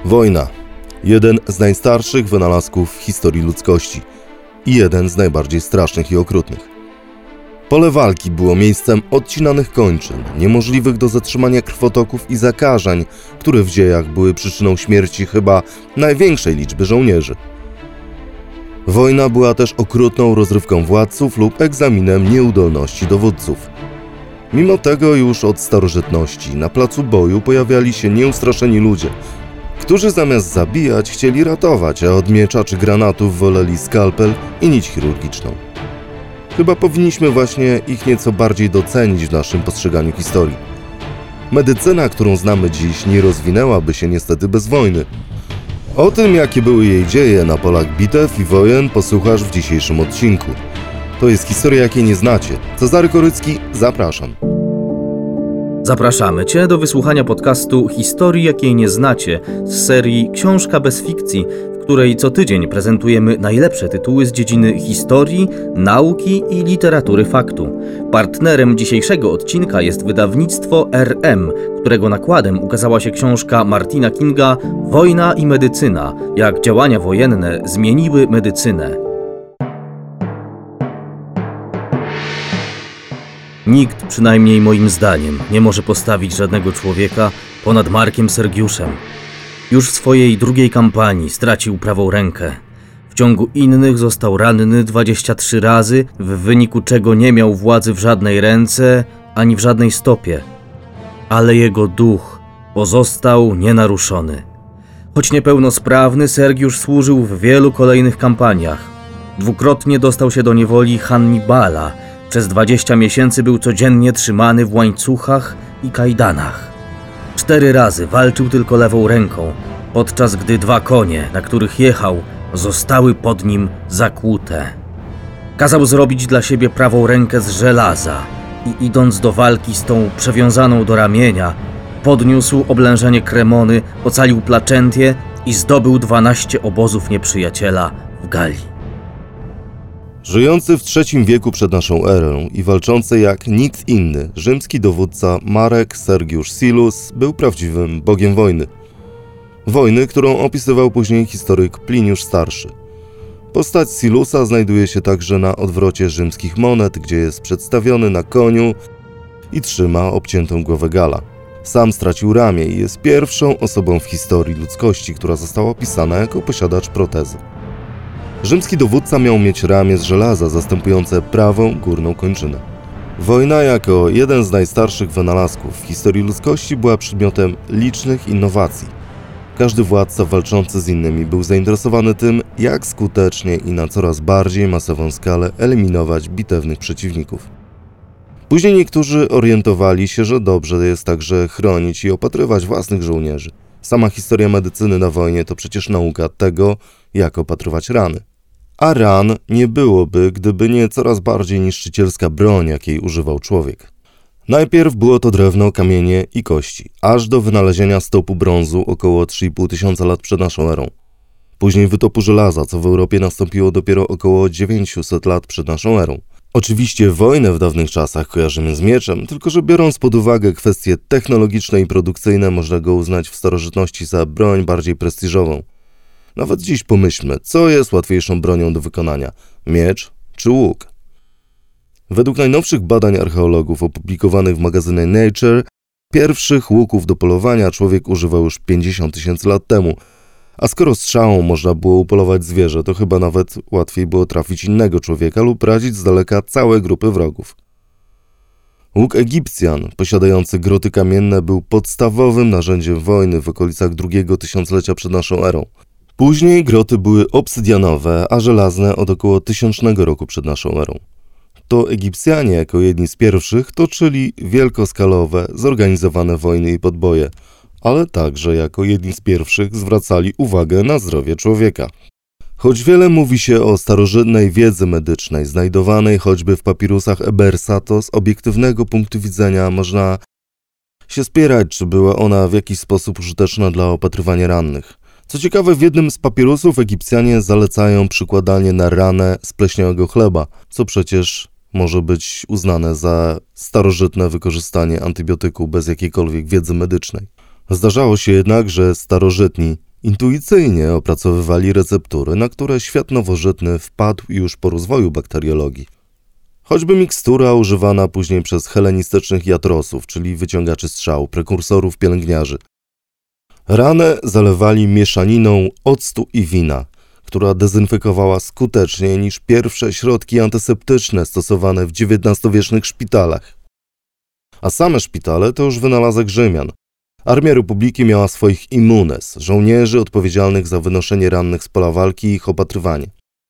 Wojna. Jeden z najstarszych wynalazków w historii ludzkości i jeden z najbardziej strasznych i okrutnych. Pole walki było miejscem odcinanych kończyn, niemożliwych do zatrzymania krwotoków i zakażeń, które w dziejach były przyczyną śmierci chyba największej liczby żołnierzy. Wojna była też okrutną rozrywką władców lub egzaminem nieudolności dowódców. Mimo tego już od starożytności na placu boju pojawiali się nieustraszeni ludzie, którzy zamiast zabijać chcieli ratować, a od miecza czy granatów woleli skalpel i nić chirurgiczną. Chyba powinniśmy właśnie ich nieco bardziej docenić w naszym postrzeganiu historii. Medycyna, którą znamy dziś, nie rozwinęłaby się niestety bez wojny. O tym, jakie były jej dzieje na polach bitew i wojen, posłuchasz w dzisiejszym odcinku. To jest historia, jakiej nie znacie. Cezary Korycki, zapraszam. Zapraszamy Cię do wysłuchania podcastu Historii, jakiej nie znacie z serii Książka bez fikcji, w której co tydzień prezentujemy najlepsze tytuły z dziedziny historii, nauki i literatury faktu. Partnerem dzisiejszego odcinka jest wydawnictwo RM, którego nakładem ukazała się książka Martina Kinga Wojna i medycyna – jak działania wojenne zmieniły medycynę. Nikt, przynajmniej moim zdaniem, nie może postawić żadnego człowieka ponad Markiem Sergiuszem. Już w swojej drugiej kampanii stracił prawą rękę. W ciągu innych został ranny 23 razy, w wyniku czego nie miał władzy w żadnej ręce ani w żadnej stopie. Ale jego duch pozostał nienaruszony. Choć niepełnosprawny, Sergiusz służył w wielu kolejnych kampaniach. Dwukrotnie dostał się do niewoli Hannibala. Przez 20 miesięcy był codziennie trzymany w łańcuchach i kajdanach. 4 razy walczył tylko lewą ręką, podczas gdy 2 konie, na których jechał, zostały pod nim zakłute. Kazał zrobić dla siebie prawą rękę z żelaza i idąc do walki z tą przewiązaną do ramienia, podniósł oblężenie Kremony, ocalił Placzentię i zdobył 12 obozów nieprzyjaciela w Galii. Żyjący w III wieku przed naszą erą i walczący jak nikt inny, rzymski dowódca Marek Sergiusz Silus był prawdziwym bogiem wojny. Wojny, którą opisywał później historyk Pliniusz Starszy. Postać Silusa znajduje się także na odwrocie rzymskich monet, gdzie jest przedstawiony na koniu i trzyma obciętą głowę Gala. Sam stracił ramię i jest pierwszą osobą w historii ludzkości, która została opisana jako posiadacz protezy. Rzymski dowódca miał mieć ramię z żelaza zastępujące prawą górną kończynę. Wojna jako jeden z najstarszych wynalazków w historii ludzkości była przedmiotem licznych innowacji. Każdy władca walczący z innymi był zainteresowany tym, jak skutecznie i na coraz bardziej masową skalę eliminować bitewnych przeciwników. Później niektórzy orientowali się, że dobrze jest także chronić i opatrywać własnych żołnierzy. Sama historia medycyny na wojnie to przecież nauka tego, jak opatrywać rany. A ran nie byłoby, gdyby nie coraz bardziej niszczycielska broń, jakiej używał człowiek. Najpierw było to drewno, kamienie i kości, aż do wynalezienia stopu brązu około 3,5 tysiąca lat przed naszą erą. Później wytopu żelaza, co w Europie nastąpiło dopiero około 900 lat przed naszą erą. Oczywiście wojnę w dawnych czasach kojarzymy z mieczem, tylko że biorąc pod uwagę kwestie technologiczne i produkcyjne, można go uznać w starożytności za broń bardziej prestiżową. Nawet dziś pomyślmy, co jest łatwiejszą bronią do wykonania, miecz czy łuk? Według najnowszych badań archeologów opublikowanych w magazynie Nature, pierwszych łuków do polowania człowiek używał już 50 tysięcy lat temu, a skoro strzałą można było upolować zwierzę, to chyba nawet łatwiej było trafić innego człowieka lub razić z daleka całe grupy wrogów. Łuk Egipcjan, posiadający groty kamienne, był podstawowym narzędziem wojny w okolicach drugiego tysiąclecia przed naszą erą. Później groty były obsydianowe, a żelazne od około 1000 roku przed naszą erą. To Egipcjanie jako jedni z pierwszych toczyli wielkoskalowe, zorganizowane wojny i podboje, ale także jako jedni z pierwszych zwracali uwagę na zdrowie człowieka. Choć wiele mówi się o starożytnej wiedzy medycznej, znajdowanej choćby w papirusach Ebersa, to z obiektywnego punktu widzenia można się spierać, czy była ona w jakiś sposób użyteczna dla opatrywania rannych. Co ciekawe, w jednym z papirusów Egipcjanie zalecają przykładanie na ranę spleśniałego chleba, co przecież może być uznane za starożytne wykorzystanie antybiotyku bez jakiejkolwiek wiedzy medycznej. Zdarzało się jednak, że starożytni Intuicyjnie opracowywali receptury, na które świat nowożytny wpadł już po rozwoju bakteriologii. Choćby mikstura używana później przez helenistycznych jatrosów, czyli wyciągaczy strzał, prekursorów pielęgniarzy. Ranę zalewali mieszaniną octu i wina, która dezynfekowała skuteczniej niż pierwsze środki antyseptyczne stosowane w XIX-wiecznych szpitalach. A same szpitale to już wynalazek Rzymian. Armia Republiki miała swoich immunes, żołnierzy odpowiedzialnych za wynoszenie rannych z pola walki i ich opatrywanie.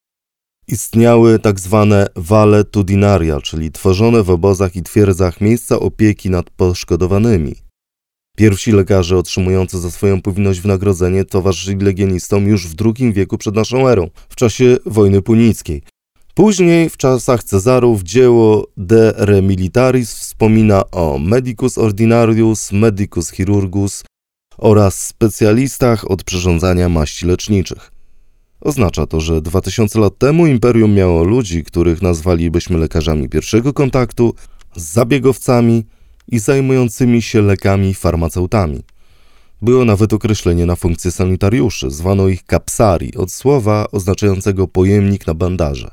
Istniały tak zwane valetudinaria, czyli tworzone w obozach i twierdzach miejsca opieki nad poszkodowanymi. Pierwsi lekarze otrzymujący za swoją powinność wynagrodzenie towarzyszyli legionistom już w II wieku przed naszą erą, w czasie wojny punickiej. Później, w czasach Cezarów, dzieło De Re Militaris wspomina o medicus ordinarius, medicus chirurgus oraz specjalistach od przyrządzania maści leczniczych. Oznacza to, że 2000 lat temu imperium miało ludzi, których nazwalibyśmy lekarzami pierwszego kontaktu, zabiegowcami i zajmującymi się lekami farmaceutami. Było nawet określenie na funkcję sanitariuszy, zwano ich capsari, od słowa oznaczającego pojemnik na bandaże.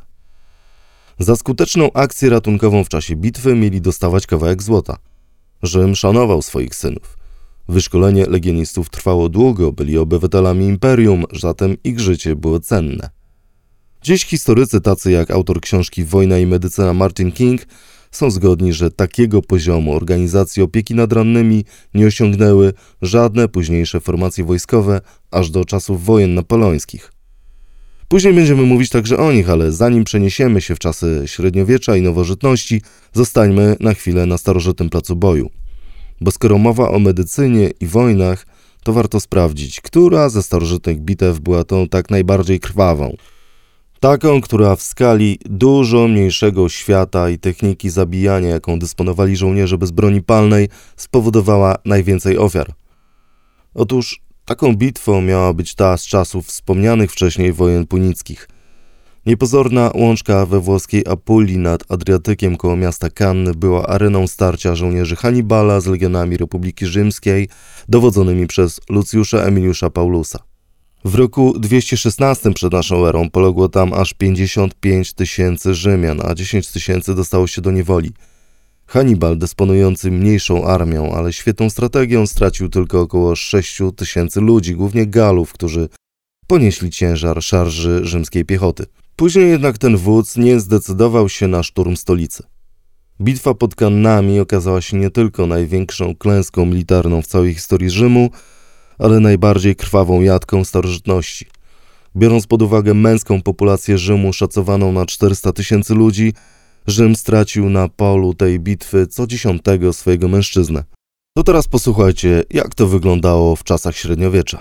Za skuteczną akcję ratunkową w czasie bitwy mieli dostawać kawałek złota. Rzym szanował swoich synów. Wyszkolenie legionistów trwało długo, byli obywatelami imperium, zatem ich życie było cenne. Dziś historycy tacy jak autor książki Wojna i medycyna Martin King są zgodni, że takiego poziomu organizacji opieki nad rannymi nie osiągnęły żadne późniejsze formacje wojskowe aż do czasów wojen napoleońskich. Później będziemy mówić także o nich, ale zanim przeniesiemy się w czasy średniowiecza i nowożytności, zostańmy na chwilę na starożytnym placu boju. Bo skoro mowa o medycynie i wojnach, to warto sprawdzić, która ze starożytnych bitew była tą tak najbardziej krwawą. Taką, która w skali dużo mniejszego świata i techniki zabijania, jaką dysponowali żołnierze bez broni palnej, spowodowała najwięcej ofiar. Otóż taką bitwą miała być ta z czasów wspomnianych wcześniej wojen punickich. Niepozorna łączka we włoskiej Apulii nad Adriatykiem koło miasta Cannes była areną starcia żołnierzy Hannibala z legionami Republiki Rzymskiej, dowodzonymi przez Lucjusza Emiliusza Paulusa. W roku 216 przed naszą erą poległo tam aż 55 000 Rzymian, a 10 000 dostało się do niewoli. Hannibal, dysponujący mniejszą armią, ale świetną strategią, stracił tylko około 6 000 ludzi, głównie Galów, którzy ponieśli ciężar szarży rzymskiej piechoty. Później jednak ten wódz nie zdecydował się na szturm stolicy. Bitwa pod Kannami okazała się nie tylko największą klęską militarną w całej historii Rzymu, ale najbardziej krwawą jatką starożytności. Biorąc pod uwagę męską populację Rzymu szacowaną na 400 000 ludzi, Rzym stracił na polu tej bitwy co 10 swojego mężczyznę. To teraz posłuchajcie, jak to wyglądało w czasach średniowiecza.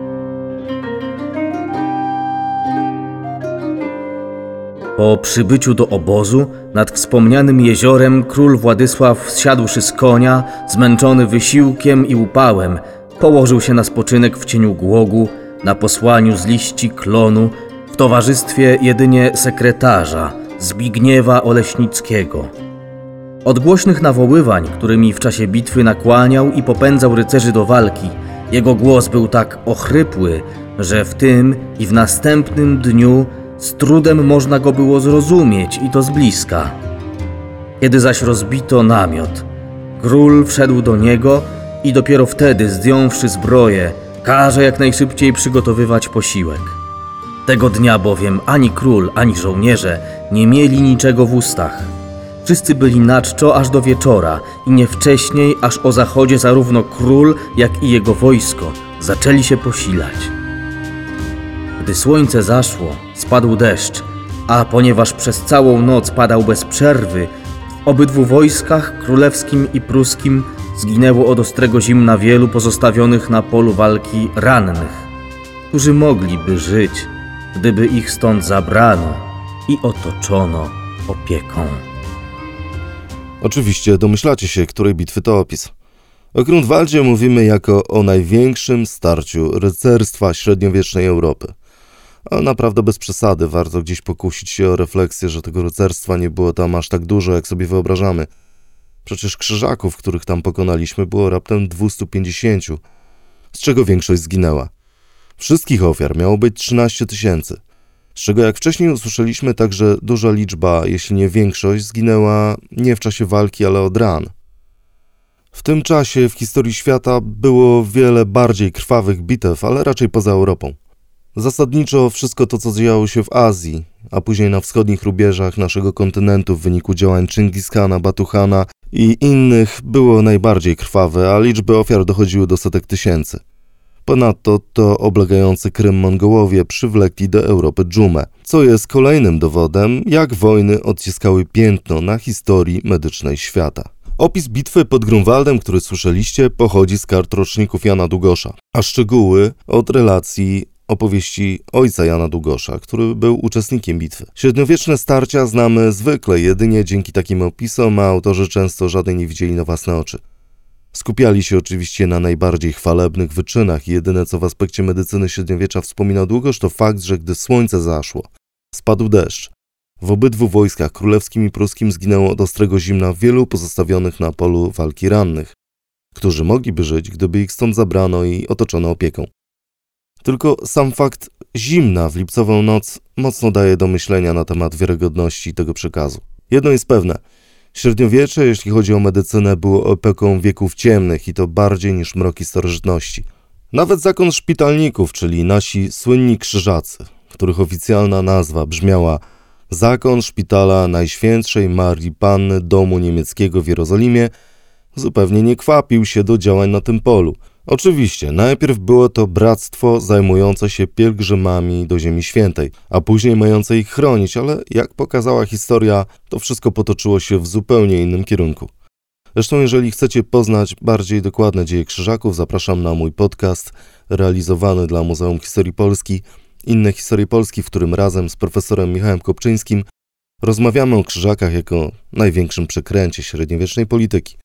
Po przybyciu do obozu nad wspomnianym jeziorem król Władysław zsiadłszy z konia, zmęczony wysiłkiem i upałem, położył się na spoczynek w cieniu głogu, na posłaniu z liści klonu, w towarzystwie jedynie sekretarza Zbigniewa Oleśnickiego. Od głośnych nawoływań, którymi w czasie bitwy nakłaniał i popędzał rycerzy do walki, jego głos był tak ochrypły, że w tym i w następnym dniu z trudem można go było zrozumieć i to z bliska. Kiedy zaś rozbito namiot, król wszedł do niego i dopiero wtedy, zdjąwszy zbroję, każe jak najszybciej przygotowywać posiłek. Tego dnia bowiem ani król, ani żołnierze nie mieli niczego w ustach. Wszyscy byli na czczo aż do wieczora i nie wcześniej, aż o zachodzie zarówno król, jak i jego wojsko zaczęli się posilać. Gdy słońce zaszło, spadł deszcz, a ponieważ przez całą noc padał bez przerwy, w obydwu wojskach, królewskim i pruskim, zginęło od ostrego zimna wielu pozostawionych na polu walki rannych, którzy mogliby żyć, gdyby ich stąd zabrano i otoczono opieką. Oczywiście domyślacie się, której bitwy to opis. O Grunwaldzie mówimy jako o największym starciu rycerstwa średniowiecznej Europy. Ale naprawdę bez przesady, warto gdzieś pokusić się o refleksję, że tego rycerstwa nie było tam aż tak dużo, jak sobie wyobrażamy. Przecież krzyżaków, których tam pokonaliśmy, było raptem 250, z czego większość zginęła. Wszystkich ofiar miało być 13 000, z czego jak wcześniej usłyszeliśmy także duża liczba, jeśli nie większość, zginęła nie w czasie walki, ale od ran. W tym czasie w historii świata było wiele bardziej krwawych bitew, ale raczej poza Europą. Zasadniczo wszystko to, co działo się w Azji, a później na wschodnich rubieżach naszego kontynentu w wyniku działań Czyngischana, Batuhana i innych było najbardziej krwawe, a liczby ofiar dochodziły do setek tysięcy. Ponadto to oblegający Krym Mongołowie przywlekli do Europy dżumę, co jest kolejnym dowodem, jak wojny odciskały piętno na historii medycznej świata. Opis bitwy pod Grunwaldem, który słyszeliście, pochodzi z kart roczników Jana Długosza, a szczegóły od relacji opowieści ojca Jana Długosza, który był uczestnikiem bitwy. Średniowieczne starcia znamy zwykle jedynie dzięki takim opisom, a autorzy często żadnej nie widzieli na własne oczy. Skupiali się oczywiście na najbardziej chwalebnych wyczynach i jedyne, co w aspekcie medycyny średniowiecza wspominał Długosz, to fakt, że gdy słońce zaszło, spadł deszcz. W obydwu wojskach, królewskim i pruskim, zginęło od ostrego zimna wielu pozostawionych na polu walki rannych, którzy mogliby żyć, gdyby ich stąd zabrano i otoczono opieką. Tylko sam fakt zimna w lipcową noc mocno daje do myślenia na temat wiarygodności tego przekazu. Jedno jest pewne. Średniowiecze, jeśli chodzi o medycynę, było epoką wieków ciemnych i to bardziej niż mroki starożytności. Nawet zakon szpitalników, czyli nasi słynni krzyżacy, których oficjalna nazwa brzmiała Zakon Szpitala Najświętszej Marii Panny Domu Niemieckiego w Jerozolimie, zupełnie nie kwapił się do działań na tym polu. Oczywiście, najpierw było to bractwo zajmujące się pielgrzymami do Ziemi Świętej, a później mające ich chronić, ale jak pokazała historia, to wszystko potoczyło się w zupełnie innym kierunku. Zresztą, jeżeli chcecie poznać bardziej dokładne dzieje krzyżaków, zapraszam na mój podcast realizowany dla Muzeum Historii Polski, Inne Historie Polski, w którym razem z profesorem Michałem Kopczyńskim rozmawiamy o krzyżakach jako największym przekręcie średniowiecznej polityki.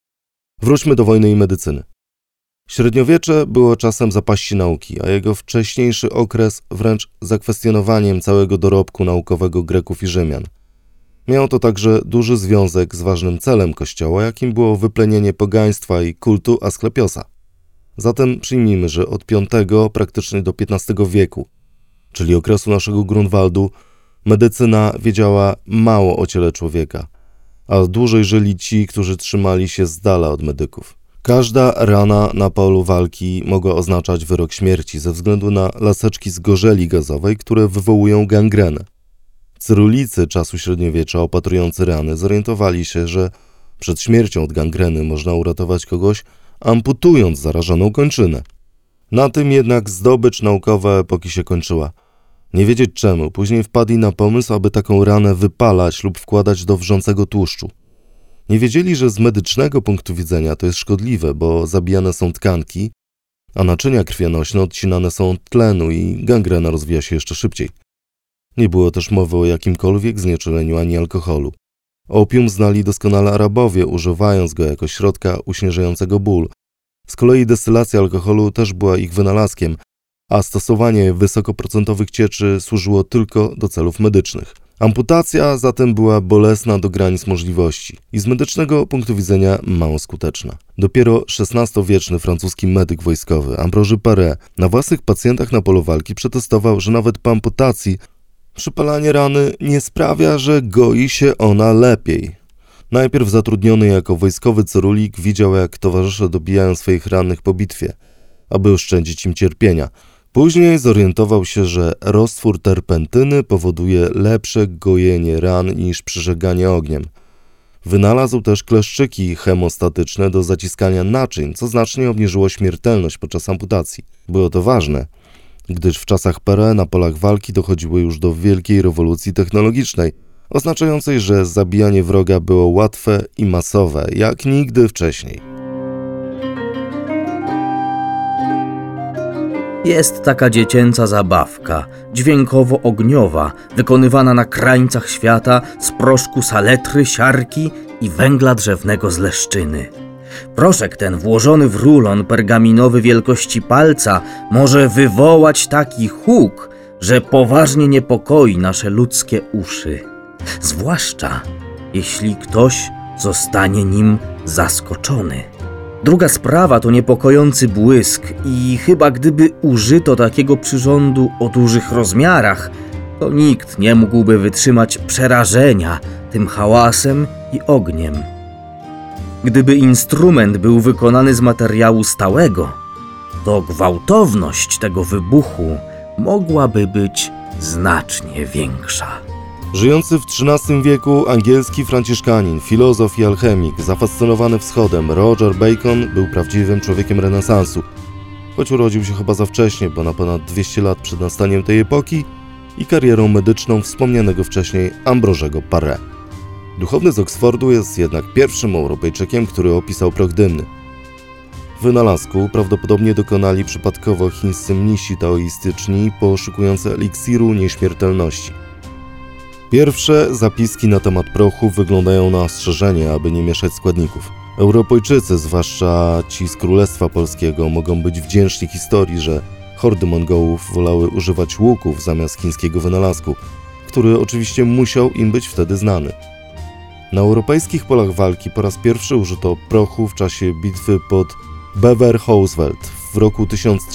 Wróćmy do wojny i medycyny. Średniowiecze było czasem zapaści nauki, a jego wcześniejszy okres wręcz zakwestionowaniem całego dorobku naukowego Greków i Rzymian. Miało to także duży związek z ważnym celem Kościoła, jakim było wyplenienie pogaństwa i kultu Asklepiosa. Zatem przyjmijmy, że od V praktycznie do XV wieku, czyli okresu naszego Grunwaldu, medycyna wiedziała mało o ciele człowieka, a dłużej żyli ci, którzy trzymali się z dala od medyków. Każda rana na polu walki mogła oznaczać wyrok śmierci ze względu na laseczki zgorzeli gazowej, które wywołują gangrenę. Cyrulicy czasu średniowiecza opatrujący rany zorientowali się, że przed śmiercią od gangreny można uratować kogoś, amputując zarażoną kończynę. Na tym jednak zdobycz naukowa epoki się kończyła. Nie wiedzieć czemu, później wpadli na pomysł, aby taką ranę wypalać lub wkładać do wrzącego tłuszczu. Nie wiedzieli, że z medycznego punktu widzenia to jest szkodliwe, bo zabijane są tkanki, a naczynia krwionośne odcinane są od tlenu i gangrena rozwija się jeszcze szybciej. Nie było też mowy o jakimkolwiek znieczuleniu ani alkoholu. Opium znali doskonale Arabowie, używając go jako środka uśnieżającego ból. Z kolei destylacja alkoholu też była ich wynalazkiem, a stosowanie wysokoprocentowych cieczy służyło tylko do celów medycznych. Amputacja zatem była bolesna do granic możliwości i z medycznego punktu widzenia mało skuteczna. Dopiero XVI-wieczny francuski medyk wojskowy Ambroży Paré na własnych pacjentach na polu walki przetestował, że nawet po amputacji przypalanie rany nie sprawia, że goi się ona lepiej. Najpierw zatrudniony jako wojskowy cyrulik widział, jak towarzysze dobijają swoich rannych po bitwie, aby oszczędzić im cierpienia. Później zorientował się, że roztwór terpentyny powoduje lepsze gojenie ran niż przyżeganie ogniem. Wynalazł też kleszczyki hemostatyczne do zaciskania naczyń, co znacznie obniżyło śmiertelność podczas amputacji. Było to ważne, gdyż w czasach Paré na polach walki dochodziło już do wielkiej rewolucji technologicznej, oznaczającej, że zabijanie wroga było łatwe i masowe, jak nigdy wcześniej. Jest taka dziecięca zabawka, dźwiękowo-ogniowa, wykonywana na krańcach świata z proszku saletry, siarki i węgla drzewnego z leszczyny. Proszek ten włożony w rulon pergaminowy wielkości palca może wywołać taki huk, że poważnie niepokoi nasze ludzkie uszy. Zwłaszcza jeśli ktoś zostanie nim zaskoczony. Druga sprawa to niepokojący błysk i chyba gdyby użyto takiego przyrządu o dużych rozmiarach, to nikt nie mógłby wytrzymać przerażenia tym hałasem i ogniem. Gdyby instrument był wykonany z materiału stałego, to gwałtowność tego wybuchu mogłaby być znacznie większa. Żyjący w XIII wieku angielski franciszkanin, filozof i alchemik, zafascynowany wschodem, Roger Bacon był prawdziwym człowiekiem renesansu. Choć urodził się chyba za wcześnie, bo na ponad 200 lat przed nastaniem tej epoki i karierą medyczną wspomnianego wcześniej Ambrożego Paré. Duchowny z Oksfordu jest jednak pierwszym Europejczykiem, który opisał proch dymny. Wynalazku prawdopodobnie dokonali przypadkowo chińscy mnisi taoistyczni poszukujący eliksiru nieśmiertelności. Pierwsze zapiski na temat prochu wyglądają na ostrzeżenie, aby nie mieszać składników. Europejczycy, zwłaszcza ci z Królestwa Polskiego, mogą być wdzięczni historii, że hordy Mongołów wolały używać łuków zamiast chińskiego wynalazku, który oczywiście musiał im być wtedy znany. Na europejskich polach walki po raz pierwszy użyto prochu w czasie bitwy pod Beverhouwsveld w roku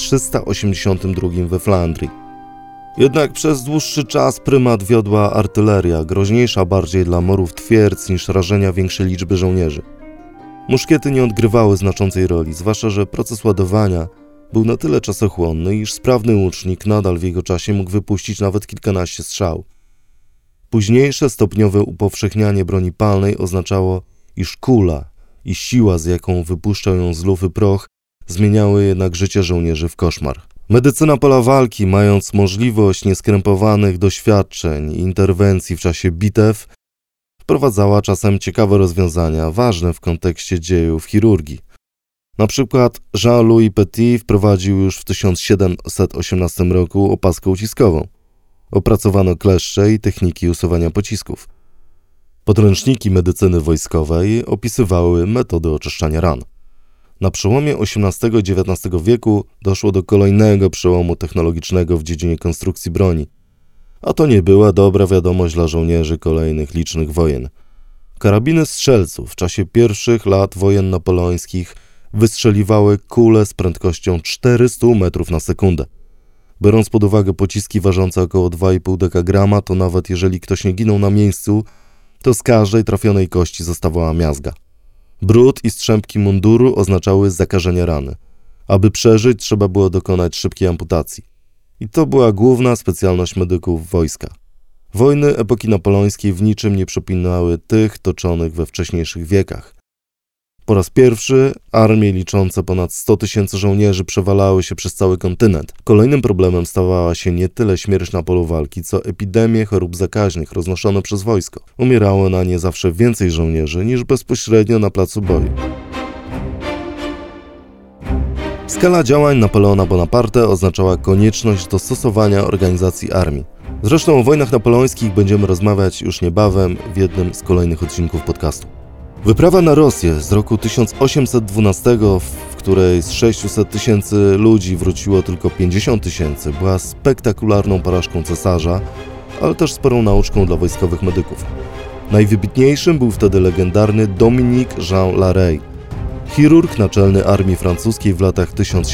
1382 we Flandrii. Jednak przez dłuższy czas prymat wiodła artyleria, groźniejsza bardziej dla morów twierdz niż rażenia większej liczby żołnierzy. Muszkiety nie odgrywały znaczącej roli, zwłaszcza że proces ładowania był na tyle czasochłonny, iż sprawny łucznik nadal w jego czasie mógł wypuścić nawet kilkanaście strzał. Późniejsze stopniowe upowszechnianie broni palnej oznaczało, iż kula i siła, z jaką wypuszczał ją z lufy proch, zmieniały jednak życie żołnierzy w koszmar. Medycyna pola walki, mając możliwość nieskrępowanych doświadczeń i interwencji w czasie bitew, wprowadzała czasem ciekawe rozwiązania, ważne w kontekście dziejów chirurgii. Na przykład Jean-Louis Petit wprowadził już w 1718 roku opaskę uciskową. Opracowano kleszcze i techniki usuwania pocisków. Podręczniki medycyny wojskowej opisywały metody oczyszczania ran. Na przełomie XVIII i XIX wieku doszło do kolejnego przełomu technologicznego w dziedzinie konstrukcji broni. A to nie była dobra wiadomość dla żołnierzy kolejnych licznych wojen. Karabiny strzelców w czasie pierwszych lat wojen napoleońskich wystrzeliwały kule z prędkością 400 metrów na sekundę. Biorąc pod uwagę pociski ważące około 2,5 dekagrama, to nawet jeżeli ktoś nie ginął na miejscu, to z każdej trafionej kości zostawała miazga. Brud i strzępki munduru oznaczały zakażenie rany. Aby przeżyć, trzeba było dokonać szybkiej amputacji. I to była główna specjalność medyków wojska. Wojny epoki napoleońskiej w niczym nie przypominały tych toczonych we wcześniejszych wiekach. Po raz pierwszy armie liczące ponad 100 000 żołnierzy przewalały się przez cały kontynent. Kolejnym problemem stawała się nie tyle śmierć na polu walki, co epidemie chorób zakaźnych roznoszone przez wojsko. Umierało na nie zawsze więcej żołnierzy niż bezpośrednio na placu boju. Skala działań Napoleona Bonaparte oznaczała konieczność dostosowania organizacji armii. Zresztą o wojnach napoleońskich będziemy rozmawiać już niebawem w jednym z kolejnych odcinków podcastu. Wyprawa na Rosję z roku 1812, w której z 600 000 ludzi wróciło tylko 50 000, była spektakularną porażką cesarza, ale też sporą nauczką dla wojskowych medyków. Najwybitniejszym był wtedy legendarny Dominique Jean Larrey, chirurg naczelny armii francuskiej w latach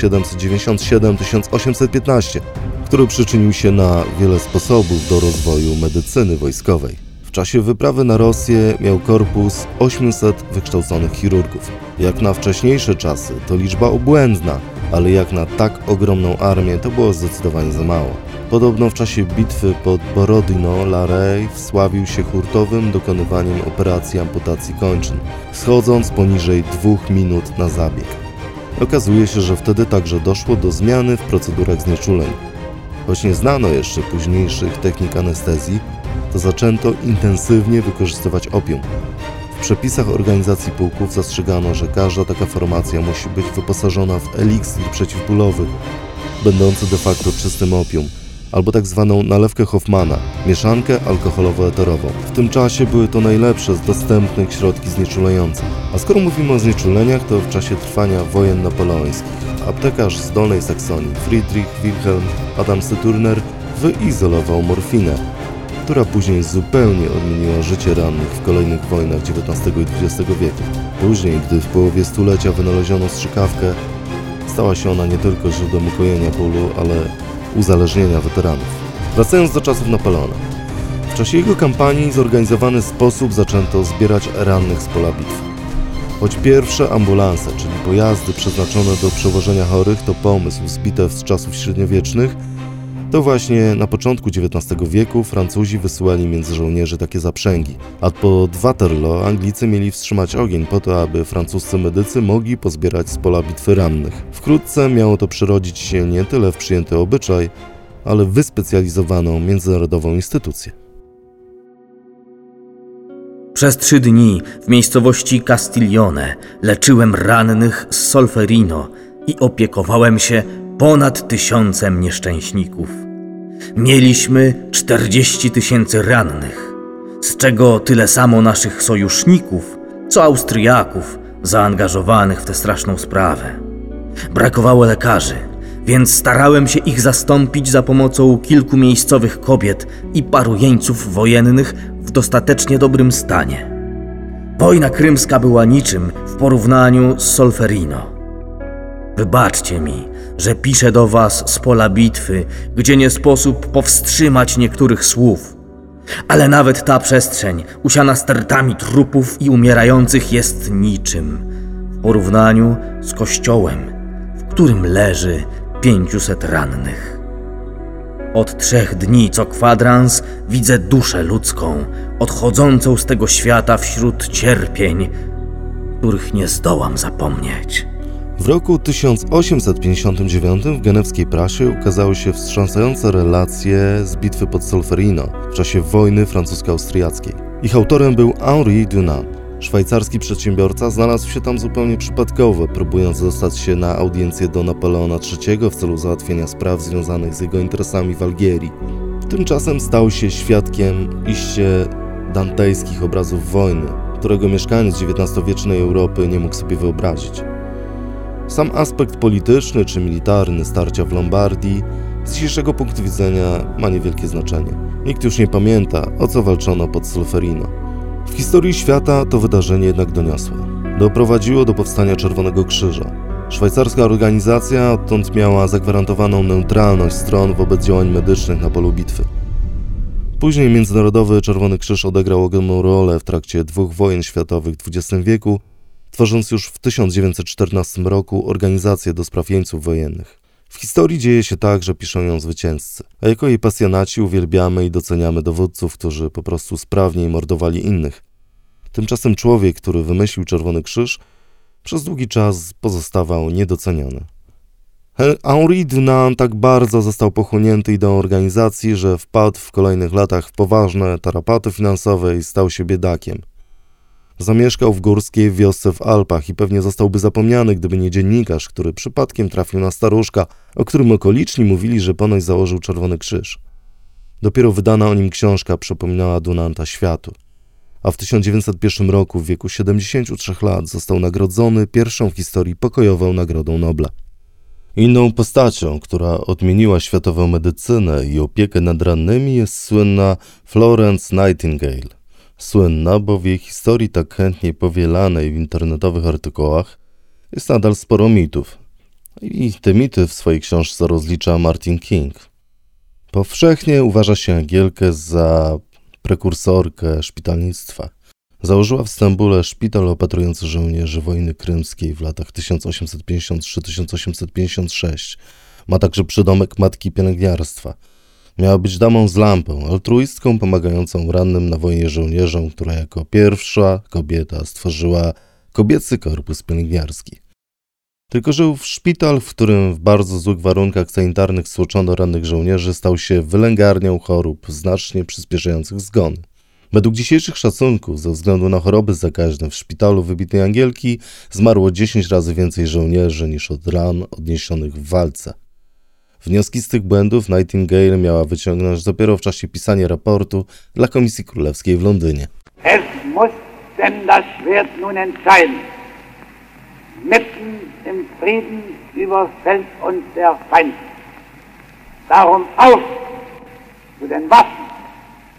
1797-1815, który przyczynił się na wiele sposobów do rozwoju medycyny wojskowej. W czasie wyprawy na Rosję miał korpus 800 wykształconych chirurgów. Jak na wcześniejsze czasy to liczba obłędna, ale jak na tak ogromną armię to było zdecydowanie za mało. Podobno w czasie bitwy pod Borodino Larrey wsławił się hurtowym dokonywaniem operacji amputacji kończyn, schodząc poniżej 2 minut na zabieg. Okazuje się, że wtedy także doszło do zmiany w procedurach znieczuleń. Choć nie znano jeszcze późniejszych technik anestezji, to zaczęto intensywnie wykorzystywać opium. W przepisach organizacji pułków zastrzegano, że każda taka formacja musi być wyposażona w eliksir przeciwbólowy, będący de facto czystym opium, albo tak zwaną nalewkę Hoffmana, mieszankę alkoholowo-eterową. W tym czasie były to najlepsze z dostępnych środki znieczulające. A skoro mówimy o znieczuleniach, to w czasie trwania wojen napoleońskich aptekarz z Dolnej Saksonii Friedrich Wilhelm Adam Sturner wyizolował morfinę. która później zupełnie odmieniła życie rannych w kolejnych wojnach XIX i XX wieku. Później, gdy w połowie stulecia wynaleziono strzykawkę, stała się ona nie tylko źródłem ukojenia bólu, ale uzależnienia weteranów. Wracając do czasów Napoleona. W czasie jego kampanii w zorganizowany sposób zaczęto zbierać rannych z pola bitwy. Choć pierwsze ambulanse, czyli pojazdy przeznaczone do przewożenia chorych, to pomysł z bitew z czasów średniowiecznych, to właśnie na początku XIX wieku Francuzi wysyłali między żołnierzy takie zaprzęgi, a pod Waterloo Anglicy mieli wstrzymać ogień po to, aby francuscy medycy mogli pozbierać z pola bitwy rannych. Wkrótce miało to przerodzić się nie tyle w przyjęty obyczaj, ale w wyspecjalizowaną międzynarodową instytucję. Przez 3 dni w miejscowości Castiglione leczyłem rannych z Solferino i opiekowałem się ponad 1000 nieszczęśników. Mieliśmy 40 000 rannych, z czego tyle samo naszych sojuszników, co Austriaków zaangażowanych w tę straszną sprawę. Brakowało lekarzy, więc starałem się ich zastąpić za pomocą kilku miejscowych kobiet i paru jeńców wojennych w dostatecznie dobrym stanie. Wojna krymska była niczym w porównaniu z Solferino. Wybaczcie mi, że piszę do was z pola bitwy, gdzie nie sposób powstrzymać niektórych słów. Ale nawet ta przestrzeń, usiana stertami trupów i umierających, jest niczym w porównaniu z kościołem, w którym leży 500 rannych. Od 3 dni co kwadrans widzę duszę ludzką, odchodzącą z tego świata wśród cierpień, których nie zdołam zapomnieć. W roku 1859 w genewskiej prasie ukazały się wstrząsające relacje z bitwy pod Solferino w czasie wojny francusko-austriackiej. Ich autorem był Henri Dunant. Szwajcarski przedsiębiorca znalazł się tam zupełnie przypadkowo, próbując dostać się na audiencję do Napoleona III w celu załatwienia spraw związanych z jego interesami w Algierii. Tymczasem stał się świadkiem iście dantejskich obrazów wojny, którego mieszkaniec XIX-wiecznej Europy nie mógł sobie wyobrazić. Sam aspekt polityczny czy militarny starcia w Lombardii z dzisiejszego punktu widzenia ma niewielkie znaczenie. Nikt już nie pamięta, o co walczono pod Solferino. W historii świata to wydarzenie jednak doniosłe. Doprowadziło do powstania Czerwonego Krzyża. Szwajcarska organizacja odtąd miała zagwarantowaną neutralność stron wobec działań medycznych na polu bitwy. Później Międzynarodowy Czerwony Krzyż odegrał ogromną rolę w trakcie 2 wojen światowych w XX wieku, tworząc już w 1914 roku organizację do spraw jeńców wojennych. W historii dzieje się tak, że piszą ją zwycięzcy, a jako jej pasjonaci uwielbiamy i doceniamy dowódców, którzy po prostu sprawniej mordowali innych. Tymczasem człowiek, który wymyślił Czerwony Krzyż, przez długi czas pozostawał niedoceniony. Henri Dunant tak bardzo został pochłonięty ideą organizacji, że wpadł w kolejnych latach w poważne tarapaty finansowe i stał się biedakiem. Zamieszkał w górskiej wiosce w Alpach i pewnie zostałby zapomniany, gdyby nie dziennikarz, który przypadkiem trafił na staruszka, o którym okoliczni mówili, że ponoć założył Czerwony Krzyż. Dopiero wydana o nim książka przypominała Dunanta światu, a w 1901 roku w wieku 73 lat został nagrodzony pierwszą w historii pokojową Nagrodą Nobla. Inną postacią, która odmieniła światową medycynę i opiekę nad rannymi, jest słynna Florence Nightingale. Słynna, bo w jej historii tak chętnie powielanej w internetowych artykułach jest nadal sporo mitów. I te mity w swojej książce rozlicza Martin King. Powszechnie uważa się Angielkę za prekursorkę szpitalnictwa. Założyła w Stambule szpital opatrujący żołnierzy wojny krymskiej w latach 1853-1856. Ma także przydomek matki pielęgniarstwa. Miała być damą z lampą, altruistką pomagającą rannym na wojnie żołnierzom, która jako pierwsza kobieta stworzyła kobiecy korpus pielęgniarski. Tylko że ów szpital, w którym w bardzo złych warunkach sanitarnych stłoczono rannych żołnierzy, stał się wylęgarnią chorób znacznie przyspieszających zgony. Według dzisiejszych szacunków, ze względu na choroby zakaźne w szpitalu wybitnej Angielki zmarło 10 razy więcej żołnierzy niż od ran odniesionych w walce. Wnioski z tych błędów Nightingale miała wyciągnąć dopiero w czasie pisania raportu dla Komisji Królewskiej w Londynie. Es muss denn das Schwert nun entscheiden. Mitten im Frieden überfällt uns der Feind. Darum auf zu den Waffen,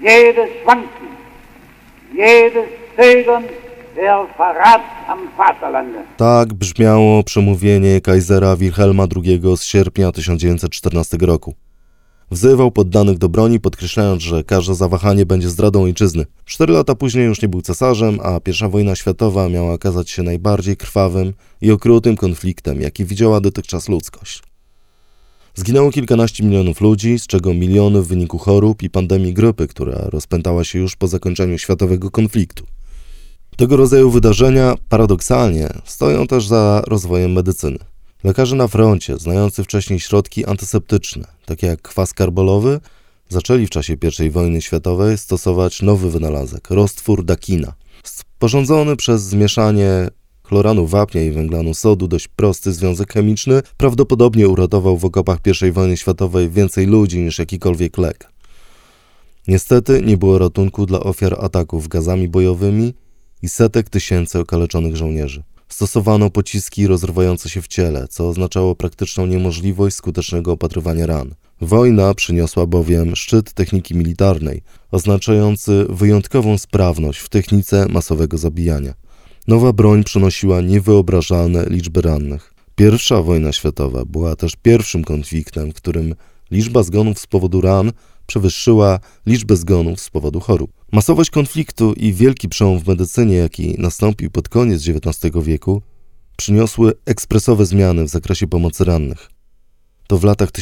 jedes Schwanken, jedes Zögern der Verrat am Vaterlande. Tak brzmiało przemówienie kaisera Wilhelma II z sierpnia 1914 roku. Wzywał poddanych do broni, podkreślając, że każde zawahanie będzie zdradą ojczyzny. 4 lata później już nie był cesarzem, a I wojna światowa miała okazać się najbardziej krwawym i okrutnym konfliktem, jaki widziała dotychczas ludzkość. Zginęło kilkanaście milionów ludzi, z czego miliony w wyniku chorób i pandemii grypy, która rozpętała się już po zakończeniu światowego konfliktu. Tego rodzaju wydarzenia, paradoksalnie, stoją też za rozwojem medycyny. Lekarze na froncie, znający wcześniej środki antyseptyczne, takie jak kwas karbolowy, zaczęli w czasie I wojny światowej stosować nowy wynalazek – roztwór dakina. Sporządzony przez zmieszanie chloranu wapnia i węglanu sodu dość prosty związek chemiczny prawdopodobnie uratował w okopach I wojny światowej więcej ludzi niż jakikolwiek lek. Niestety nie było ratunku dla ofiar ataków gazami bojowymi i setek tysięcy okaleczonych żołnierzy. Stosowano pociski rozrywające się w ciele, co oznaczało praktyczną niemożliwość skutecznego opatrywania ran. Wojna przyniosła bowiem szczyt techniki militarnej, oznaczający wyjątkową sprawność w technice masowego zabijania. Nowa broń przynosiła niewyobrażalne liczby rannych. I wojna światowa była też pierwszym konfliktem, w którym liczba zgonów z powodu ran przewyższyła liczbę zgonów z powodu chorób. Masowość konfliktu i wielki przełom w medycynie, jaki nastąpił pod koniec XIX wieku, przyniosły ekspresowe zmiany w zakresie pomocy rannych. To w latach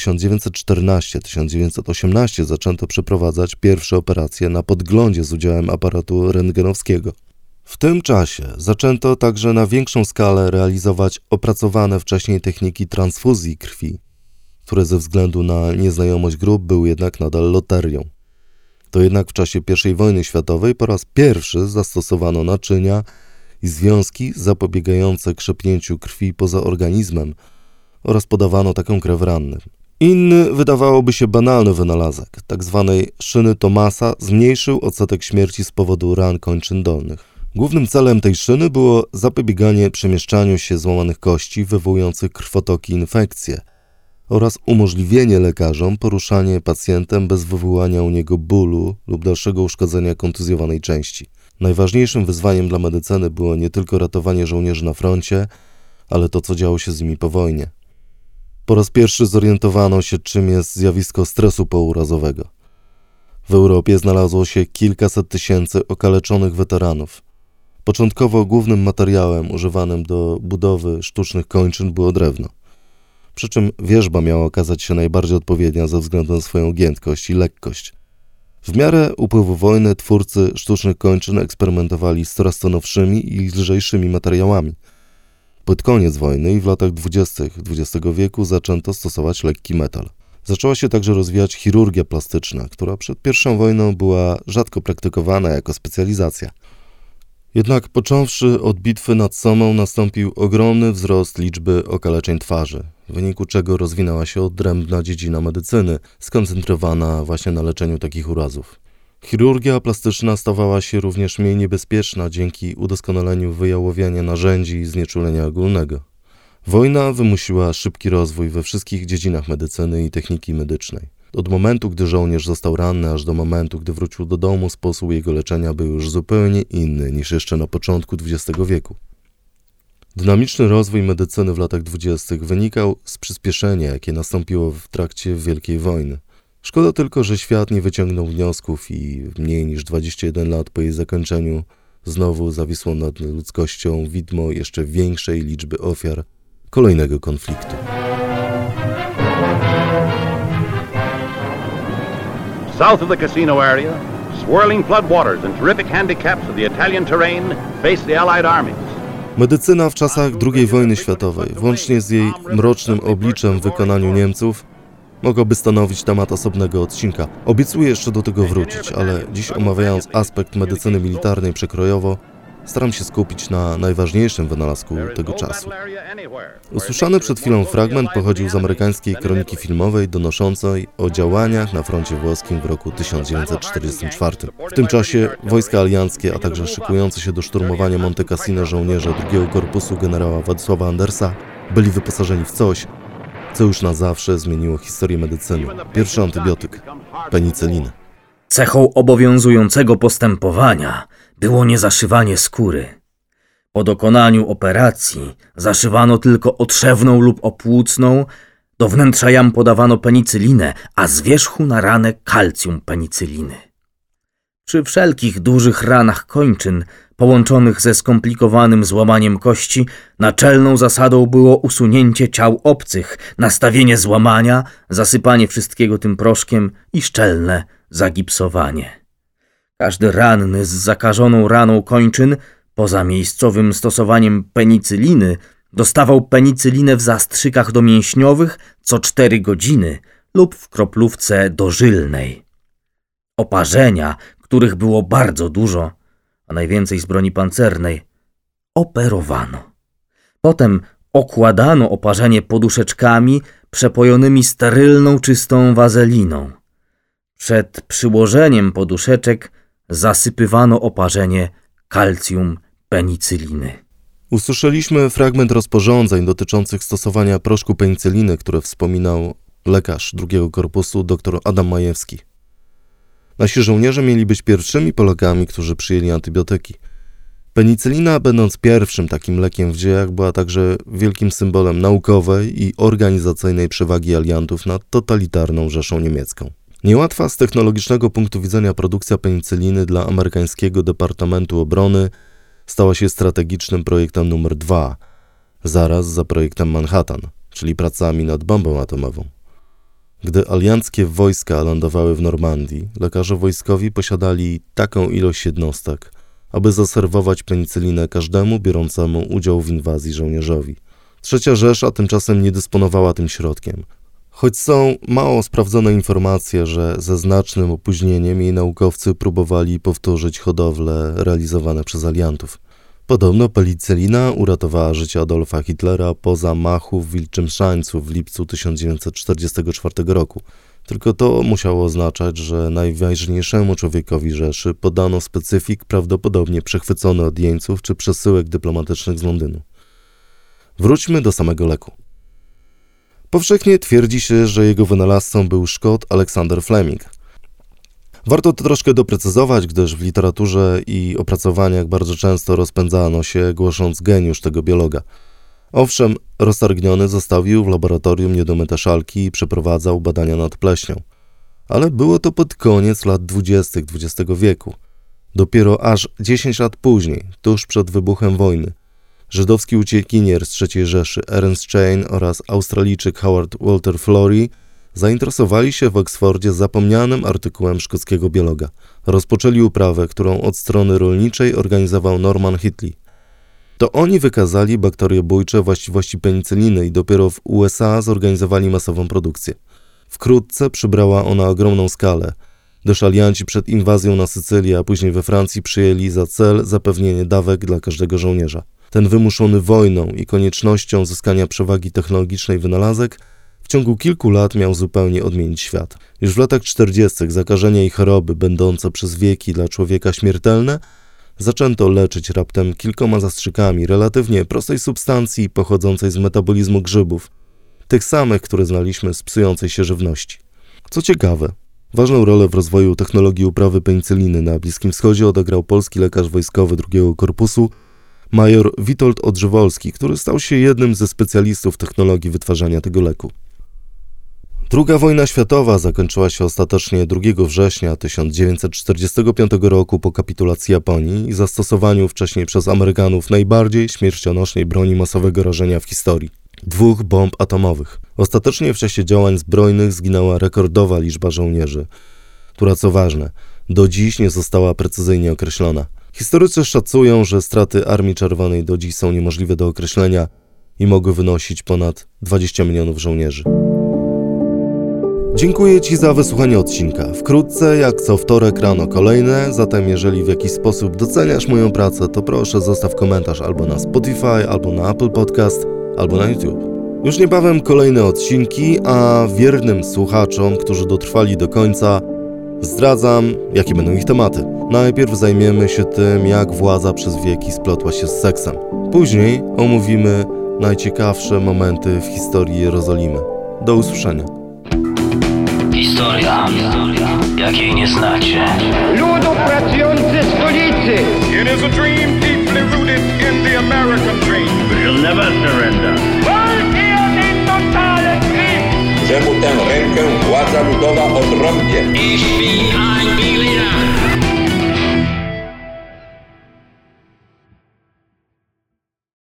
1914-1918 zaczęto przeprowadzać pierwsze operacje na podglądzie z udziałem aparatu rentgenowskiego. W tym czasie zaczęto także na większą skalę realizować opracowane wcześniej techniki transfuzji krwi, które ze względu na nieznajomość grup były jednak nadal loterią. To jednak w czasie I wojny światowej po raz pierwszy zastosowano naczynia i związki zapobiegające krzepnięciu krwi poza organizmem oraz podawano taką krew rannym. Inny, wydawałoby się banalny wynalazek, tzw. szyny Thomasa, zmniejszył odsetek śmierci z powodu ran kończyn dolnych. Głównym celem tej szyny było zapobieganie przemieszczaniu się złamanych kości wywołujących krwotoki i infekcje oraz umożliwienie lekarzom poruszanie pacjentem bez wywołania u niego bólu lub dalszego uszkodzenia kontuzjowanej części. Najważniejszym wyzwaniem dla medycyny było nie tylko ratowanie żołnierzy na froncie, ale to, co działo się z nimi po wojnie. Po raz pierwszy zorientowano się, czym jest zjawisko stresu pourazowego. W Europie znalazło się kilkaset tysięcy okaleczonych weteranów. Początkowo głównym materiałem używanym do budowy sztucznych kończyn było drewno. Przy czym wierzba miała okazać się najbardziej odpowiednia ze względu na swoją giętkość i lekkość. W miarę upływu wojny twórcy sztucznych kończyn eksperymentowali z coraz to nowszymi i lżejszymi materiałami. Pod koniec wojny i w latach 20. XX wieku zaczęto stosować lekki metal. Zaczęła się także rozwijać chirurgia plastyczna, która przed I wojną była rzadko praktykowana jako specjalizacja. Jednak począwszy od bitwy nad Sommą nastąpił ogromny wzrost liczby okaleczeń twarzy, w wyniku czego rozwinęła się odrębna dziedzina medycyny, skoncentrowana właśnie na leczeniu takich urazów. Chirurgia plastyczna stawała się również mniej niebezpieczna dzięki udoskonaleniu wyjałowiania narzędzi i znieczulenia ogólnego. Wojna wymusiła szybki rozwój we wszystkich dziedzinach medycyny i techniki medycznej. Od momentu, gdy żołnierz został ranny, aż do momentu, gdy wrócił do domu, sposób jego leczenia był już zupełnie inny niż jeszcze na początku XX wieku. Dynamiczny rozwój medycyny w latach 20. wynikał z przyspieszenia, jakie nastąpiło w trakcie Wielkiej Wojny. Szkoda tylko, że świat nie wyciągnął wniosków i mniej niż 21 lat po jej zakończeniu znowu zawisło nad ludzkością widmo jeszcze większej liczby ofiar kolejnego konfliktu. South of the casino area, swirling floodwaters and terrific handicaps of the Italian terrain face the Allied armies. Medycyna w czasach II wojny światowej, włącznie z jej mrocznym obliczem w wykonaniu Niemców, mogłoby stanowić temat osobnego odcinka. Obiecuję jeszcze do tego wrócić, ale dziś omawiając aspekt medycyny militarnej przekrojowo, staram się skupić na najważniejszym wynalazku tego czasu. Usłyszany przed chwilą fragment pochodził z amerykańskiej kroniki filmowej donoszącej o działaniach na froncie włoskim w roku 1944. W tym czasie wojska alianckie, a także szykujące się do szturmowania Monte Cassino żołnierze II Korpusu generała Władysława Andersa byli wyposażeni w coś, co już na zawsze zmieniło historię medycyny. Pierwszy antybiotyk – penicylinę. Cechą obowiązującego postępowania było niezaszywanie skóry. Po dokonaniu operacji zaszywano tylko otrzewną lub opłucną, do wnętrza jam podawano penicylinę, a z wierzchu na ranę kalcium penicyliny. Przy wszelkich dużych ranach kończyn, połączonych ze skomplikowanym złamaniem kości, naczelną zasadą było usunięcie ciał obcych, nastawienie złamania, zasypanie wszystkiego tym proszkiem i szczelne zagipsowanie. Każdy ranny z zakażoną raną kończyn, poza miejscowym stosowaniem penicyliny, dostawał penicylinę w zastrzykach domięśniowych co 4 godziny lub w kroplówce dożylnej. Oparzenia, których było bardzo dużo, a najwięcej z broni pancernej, operowano. Potem okładano oparzenie poduszeczkami przepojonymi sterylną, czystą wazeliną. Przed przyłożeniem poduszeczek zasypywano oparzenie kalcium penicyliny. Usłyszeliśmy fragment rozporządzeń dotyczących stosowania proszku penicyliny, które wspominał lekarz II Korpusu dr Adam Majewski. Nasi żołnierze mieli być pierwszymi Polakami, którzy przyjęli antybiotyki. Penicylina, będąc pierwszym takim lekiem w dziejach, była także wielkim symbolem naukowej i organizacyjnej przewagi aliantów nad totalitarną Rzeszą Niemiecką. Niełatwa z technologicznego punktu widzenia produkcja penicyliny dla amerykańskiego Departamentu Obrony stała się strategicznym projektem numer 2, zaraz za projektem Manhattan, czyli pracami nad bombą atomową. Gdy alianckie wojska lądowały w Normandii, lekarze wojskowi posiadali taką ilość jednostek, aby zaserwować penicylinę każdemu biorącemu udział w inwazji żołnierzowi. Trzecia Rzesza tymczasem nie dysponowała tym środkiem. Choć są mało sprawdzone informacje, że ze znacznym opóźnieniem jej naukowcy próbowali powtórzyć hodowle realizowane przez aliantów. Podobno penicylina uratowała życie Adolfa Hitlera po zamachu w Wilczym Szańcu w lipcu 1944 roku. Tylko to musiało oznaczać, że najważniejszemu człowiekowi Rzeszy podano specyfik prawdopodobnie przechwycony od jeńców czy przesyłek dyplomatycznych z Londynu. Wróćmy do samego leku. Powszechnie twierdzi się, że jego wynalazcą był Szkot Alexander Fleming. Warto to troszkę doprecyzować, gdyż w literaturze i opracowaniach bardzo często rozpędzano się, głosząc geniusz tego biologa. Owszem, roztargniony zostawił w laboratorium niedomyte szalki i przeprowadzał badania nad pleśnią. Ale było to pod koniec lat 20. XX wieku. Dopiero aż 10 lat później, tuż przed wybuchem wojny, żydowski uciekinier z III Rzeszy Ernst Chain oraz Australijczyk Howard Walter Florey zainteresowali się w Oksfordzie zapomnianym artykułem szkockiego biologa. Rozpoczęli uprawę, którą od strony rolniczej organizował Norman Hitley. To oni wykazali bakteriobójcze właściwości penicyliny i dopiero w USA zorganizowali masową produkcję. Wkrótce przybrała ona ogromną skalę, gdyż alianci przed inwazją na Sycylię, a później we Francji przyjęli za cel zapewnienie dawek dla każdego żołnierza. Ten wymuszony wojną i koniecznością zyskania przewagi technologicznej wynalazek w ciągu kilku lat miał zupełnie odmienić świat. Już w latach 40. zakażenia i choroby, będące przez wieki dla człowieka śmiertelne, zaczęto leczyć raptem kilkoma zastrzykami relatywnie prostej substancji pochodzącej z metabolizmu grzybów, tych samych, które znaliśmy z psującej się żywności. Co ciekawe, ważną rolę w rozwoju technologii uprawy penicyliny na Bliskim Wschodzie odegrał polski lekarz wojskowy II Korpusu, major Witold Odżywolski, który stał się jednym ze specjalistów technologii wytwarzania tego leku. II wojna światowa zakończyła się ostatecznie 2 września 1945 roku po kapitulacji Japonii i zastosowaniu wcześniej przez Amerykanów najbardziej śmiercionośnej broni masowego rażenia w historii – 2 bomb atomowych. Ostatecznie w czasie działań zbrojnych zginęła rekordowa liczba żołnierzy, która, co ważne, do dziś nie została precyzyjnie określona. Historycy szacują, że straty Armii Czerwonej do dziś są niemożliwe do określenia i mogły wynosić ponad 20 milionów żołnierzy. Dziękuję Ci za wysłuchanie odcinka. Wkrótce, jak co wtorek rano kolejne, zatem jeżeli w jakiś sposób doceniasz moją pracę, to proszę zostaw komentarz albo na Spotify, albo na Apple Podcast, albo na YouTube. Już niebawem kolejne odcinki, a wiernym słuchaczom, którzy dotrwali do końca, zdradzam, jakie będą ich tematy. Najpierw zajmiemy się tym, jak władza przez wieki splotła się z seksem. Później omówimy najciekawsze momenty w historii Jerozolimy. Do usłyszenia. Historia, jakiej nie znacie. Ludu pracujący stolicy. It is a dream deeply rooted in the American dream. We'll never surrender. Że mu tę rękę władza ludowa odrąbie. Ich bin